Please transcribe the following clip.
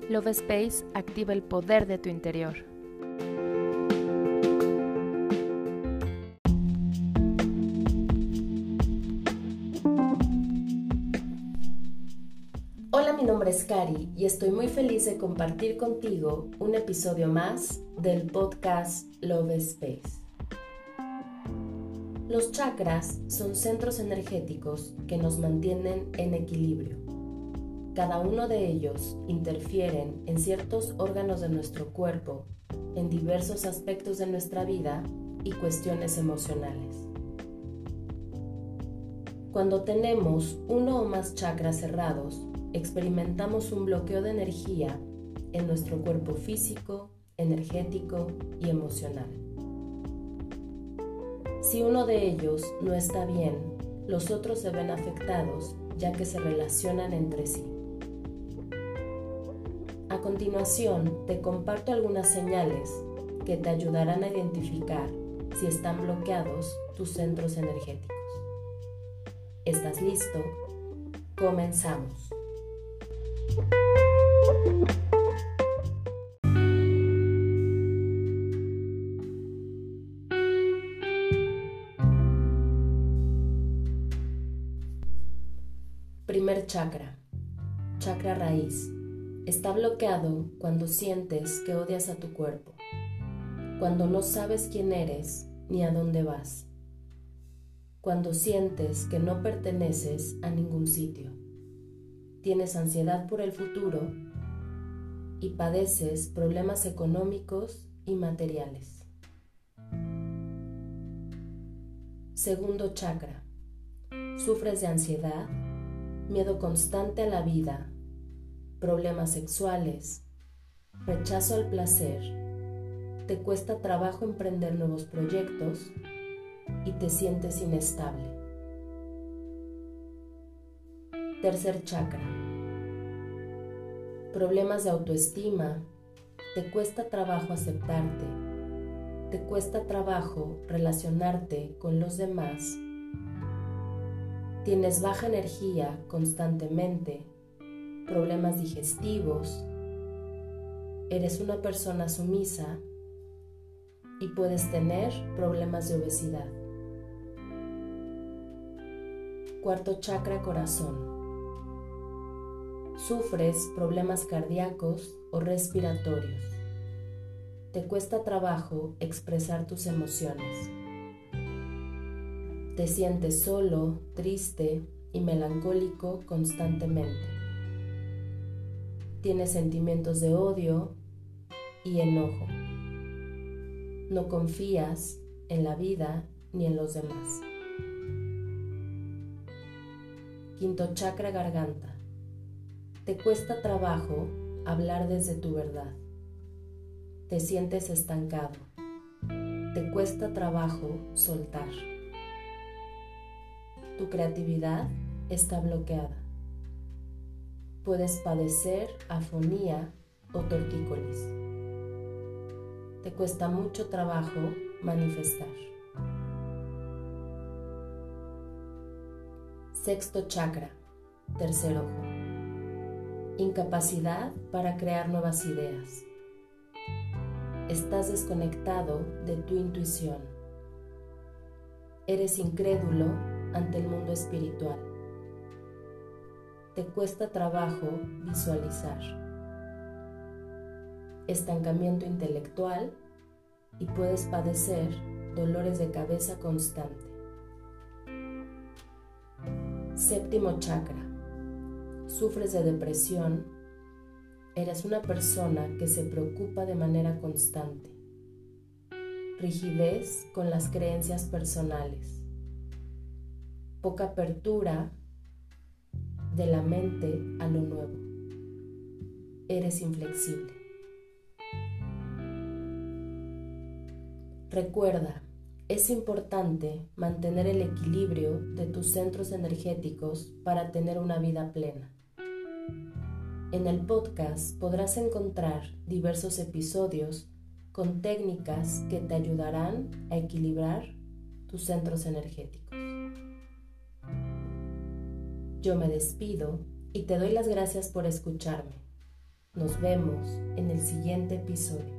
Love Space activa el poder de tu interior. Hola, mi nombre es Cari y estoy muy feliz de compartir contigo un episodio más del podcast Love Space. Los chakras son centros energéticos que nos mantienen en equilibrio. Cada uno de ellos interfieren en ciertos órganos de nuestro cuerpo, en diversos aspectos de nuestra vida y cuestiones emocionales. Cuando tenemos uno o más chakras cerrados, experimentamos un bloqueo de energía en nuestro cuerpo físico, energético y emocional. Si uno de ellos no está bien, los otros se ven afectados ya que se relacionan entre sí. A continuación, te comparto algunas señales que te ayudarán a identificar si están bloqueados tus centros energéticos. ¿Estás listo? Comenzamos. Primer chakra, chakra raíz. Está bloqueado cuando sientes que odias a tu cuerpo, cuando no sabes quién eres ni a dónde vas, cuando sientes que no perteneces a ningún sitio, tienes ansiedad por el futuro y padeces problemas económicos y materiales. Segundo chakra, sufres de ansiedad, miedo constante a la vida, problemas sexuales, rechazo al placer, te cuesta trabajo emprender nuevos proyectos y te sientes inestable. Tercer chakra, problemas de autoestima, te cuesta trabajo aceptarte, te cuesta trabajo relacionarte con los demás, tienes baja energía constantemente, problemas digestivos, eres una persona sumisa y puedes tener problemas de obesidad. Cuarto chakra, corazón. Sufres problemas cardíacos o respiratorios. Te cuesta trabajo expresar tus emociones. Te sientes solo, triste y melancólico constantemente. Tienes sentimientos de odio y enojo. No confías en la vida ni en los demás. Quinto chakra, garganta. Te cuesta trabajo hablar desde tu verdad. Te sientes estancado. Te cuesta trabajo soltar. Tu creatividad está bloqueada. Puedes padecer afonía o tortícolis. Te cuesta mucho trabajo manifestar. Sexto chakra, tercer ojo. Incapacidad para crear nuevas ideas. Estás desconectado de tu intuición. Eres incrédulo ante el mundo espiritual. Te cuesta trabajo visualizar. Estancamiento intelectual y puedes padecer dolores de cabeza constante. Séptimo chakra. Sufres de depresión. Eres una persona que se preocupa de manera constante. Rigidez con las creencias personales. Poca apertura de la mente a lo nuevo. Eres inflexible. Recuerda, es importante mantener el equilibrio de tus centros energéticos para tener una vida plena. En el podcast podrás encontrar diversos episodios con técnicas que te ayudarán a equilibrar tus centros energéticos. Yo me despido y te doy las gracias por escucharme. Nos vemos en el siguiente episodio.